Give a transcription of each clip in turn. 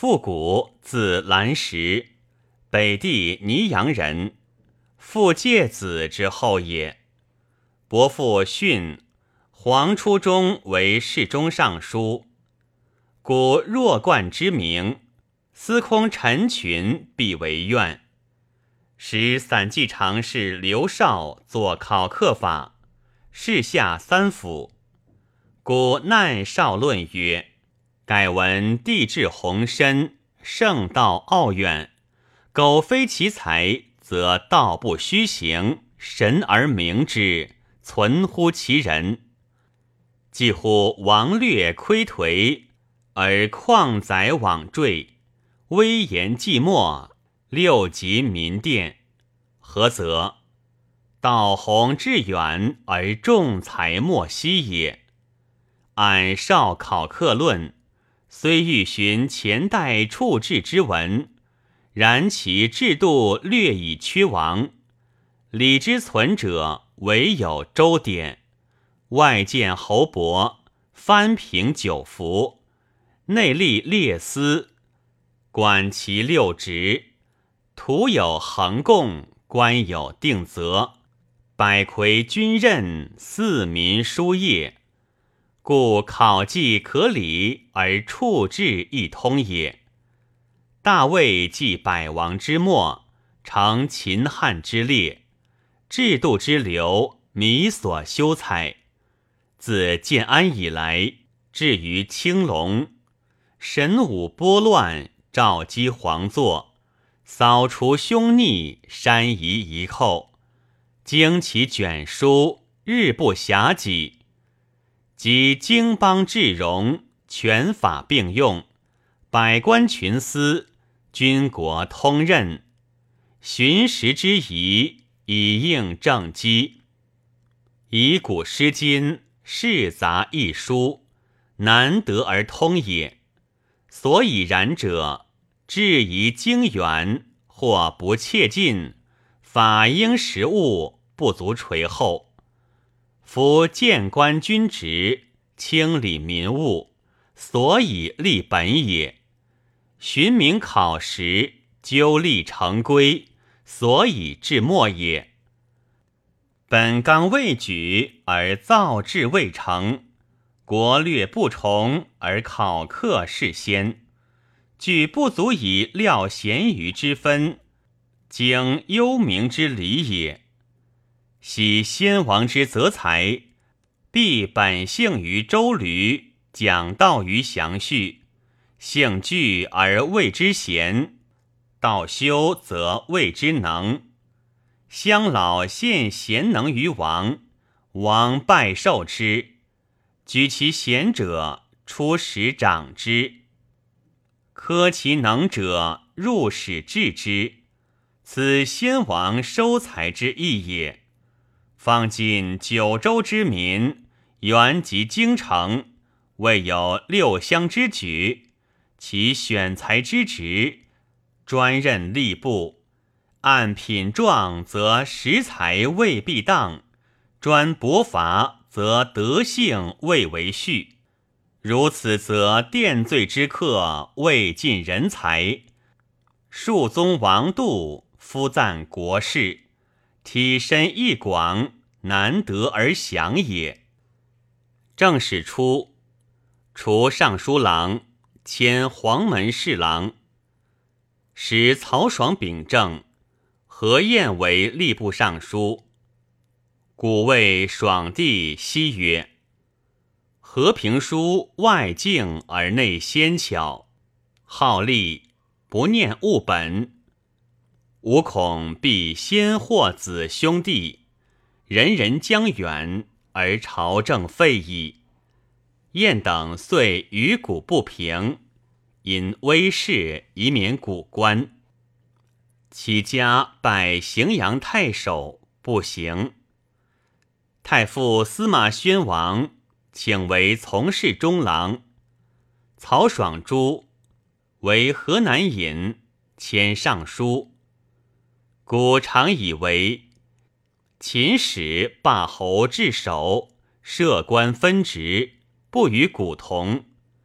复古，字兰石，北地泥阳人，傅介子之后也。伯父训，黄初中为侍中尚书。古弱冠之名，司空陈群必为愿。时散骑常侍刘绍作考课法，试下三府。古难少论曰：改闻地质宏深，圣道奥远，苟非其才，则道不虚行，神而明之，存乎其人。几乎王略窥颓，而旷载往坠，威严寂寞，六极民殿。何则？道宏志远，而众才莫惜也。俺少考课论，虽欲寻前代处置之文，然其制度略已屈亡，理之存者唯有周典，外见侯伯，藩平九服，内立列司，管其六职，徒有恒贡，官有定责，百魁军任，四民书业，故考绩可理，而处置亦通也。大魏继百王之末，承秦汉之列，制度之流，弥所修采。自建安以来，至于青龙，神武拨乱，召集皇座，扫除凶逆，删夷夷寇，经其卷书，日不暇己。即经邦治戎，权法并用，百官群司，军国通任，寻时之宜，以应政机。以古诗今，世杂一书，难得而通也。所以然者，质疑经远，或不切近，法应实务，不足垂后。夫谏官军职，清理民务，所以立本也；寻名考实，纠立成规，所以治末也。本纲未举，而造制未成，国略不崇，而考课事先，举不足以料贤愚之分，经幽冥之理也。昔先王之择才，必本性于周驴，讲道于详序，性具而谓之贤，道修则谓之能。乡老献贤能于王，王拜受之，举其贤者，出使长之，科其能者，入使治之，此先王收才之意也。方今九州之民，原及京城，未有六乡之举，其选才之职，专任吏部，按品状则实才未必当，专驳罚则德性未为序。如此则奠罪之客未尽人才，庶宗王度，夫赞国事，体深义广，难得而详也。正史初，除尚书郎，迁黄门侍郎，使曹爽秉政，何晏为吏部尚书。古谓爽帝奚曰：和平书外敬而内纤巧，好吏，不念物本。吾恐必先祸子兄弟，人人将远，而朝政废矣。晏等遂与古不平，因威势以免古官。其家拜荥阳太守，不行。太傅司马宣王请为从事中郎，曹爽诛，为河南尹，迁尚书。古常以为秦始罢侯治守，设官分职，不与古同。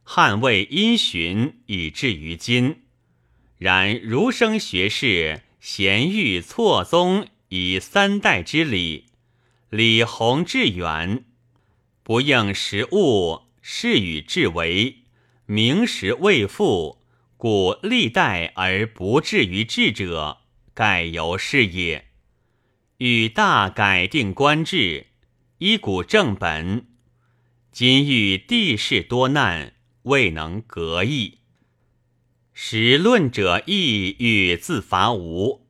汉魏因循以至于今。然儒生学士贤欲错综以3代之礼，礼宏致远，不应时务，事与至为，名实未复，故历代而不至于治者，盖由是也。欲大改定官制，依古正本，今遇地势多难，未能革易。时论者亦欲自伐吴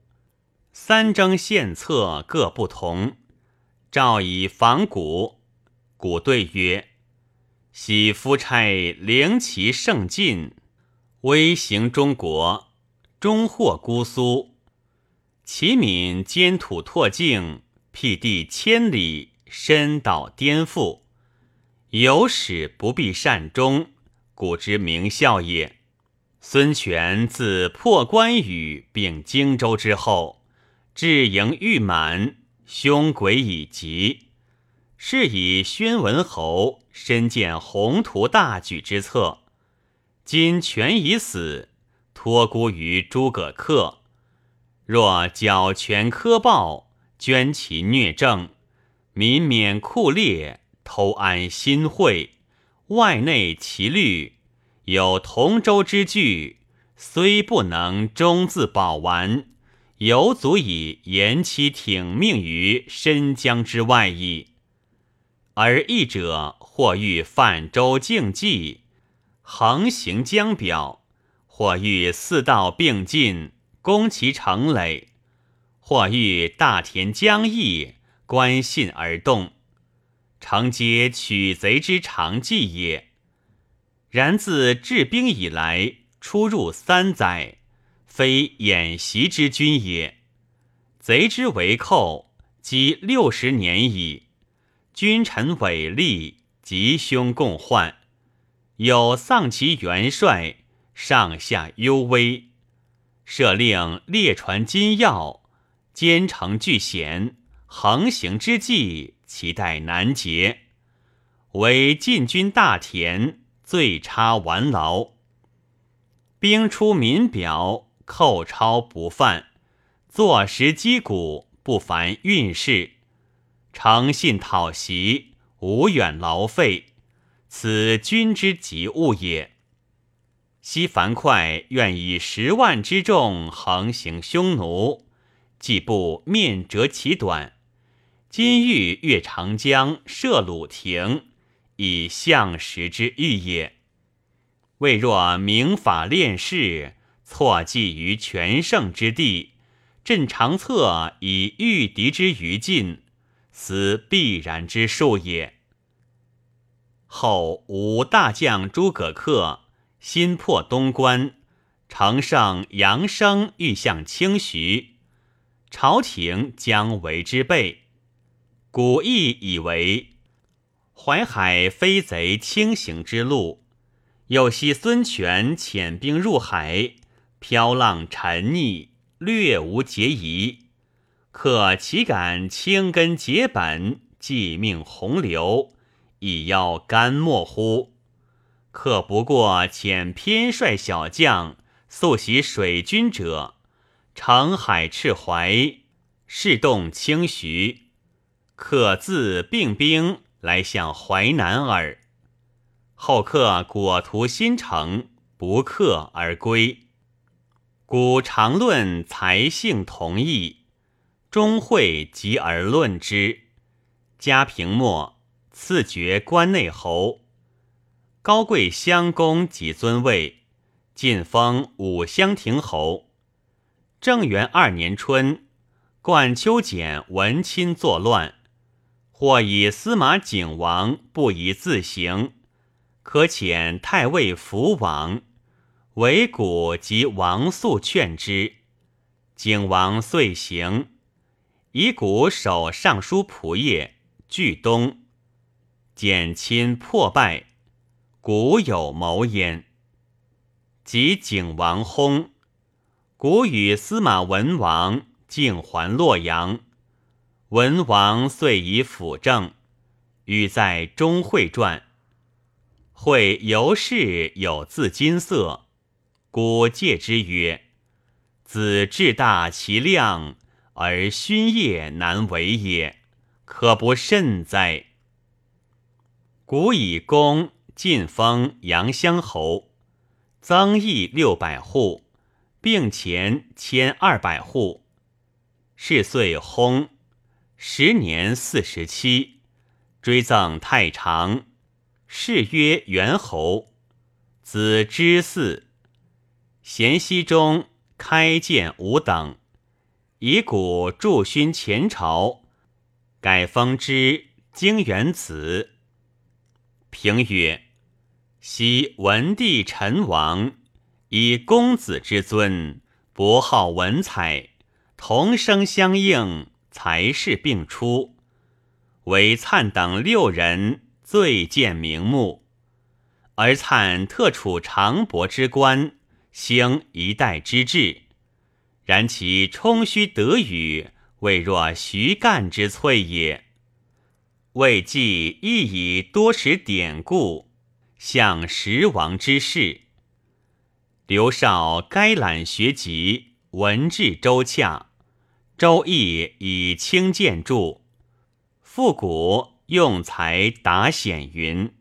，3征献策各不同，诏以防古。古对曰：昔夫差凌其胜尽，威行中国，终获姑苏。其民兼土拓境，辟地千里，深岛颠覆，有使不必善终，古之名效也。孙权自破关羽并荆州之后，志营欲满，凶诡已极，是以宣文侯身见宏图大举之策。今权已死，托孤于诸葛恪，若剿权苛暴，捐其虐政，民免酷烈，偷安新会，外内其虑，有同舟之据，虽不能终自保完，犹足以延期挺命于深江之外矣。而义者或欲泛舟竞技，横行江表，或欲4道并进，攻其城垒，或欲大田将邑，观信而动，常皆取贼之常计也。然自治兵以来，出入3载，非演习之军也。贼之为寇，积60年矣。君臣违立，吉凶共患，有丧其元帅，上下忧危。设令列传金要，兼程巨险，横行之计，其待难竭。唯进军大田，最差完劳。兵出民表，寇超不犯，坐实击鼓，不凡运势。诚信讨袭，无远劳费，此君之急务也。昔樊哙愿以10万之众横行匈奴，既不面折其短，今欲越长江，涉鲁庭，以相识之欲也。未若明法练士，错计于全胜之地，朕常策以御敌之余尽，此必然之术也。后吴大将诸葛恪新破东关，乘胜扬声欲向清徐，朝廷将为之备。古意以为淮海非贼轻行之路，又惜孙权遣兵入海，飘浪沉溺，略无节仪。可岂敢轻根结本，继命洪流，以邀干莫乎？可不过遣偏率小将，速袭水军者，乘海赤淮，势动清徐，可自并兵来向淮南耳。后克果图新城，不克而归。古常论才性同义，终会集而论之。嘉平末，赐爵关内侯。高贵襄公即尊位，晋封武襄亭侯。正元2年春，冠丘俭闻亲作乱，或以司马景王不宜自行，可遣太尉伏往，为古及王肃劝之。景王遂行，以古守尚书仆射，据东。简亲破败，古有谋焉。及景王薨，古与司马文王径还洛阳。文王遂以辅政，语在钟会传。 会由是有字金色，古戒之曰：子志大其量，而勋业难为也，可不慎哉！古以公晋封阳乡侯，增邑600户，并钱1200户。是岁薨，10年47，追赠太常，谥曰元侯。子之嗣。咸熙中开建5等，以古助勋前朝，改封之京元子。评曰：昔文帝陈王以公子之尊，博好文采，同声相应，才士并出，唯粲等6人最见名目。而粲特处长伯之官，兴一代之治，然其充虚德语，未若徐干之萃也。魏纪亦以多识典故，向时王之事。刘绍该览学籍，文治周洽。周易以清见著，复古用才达显云。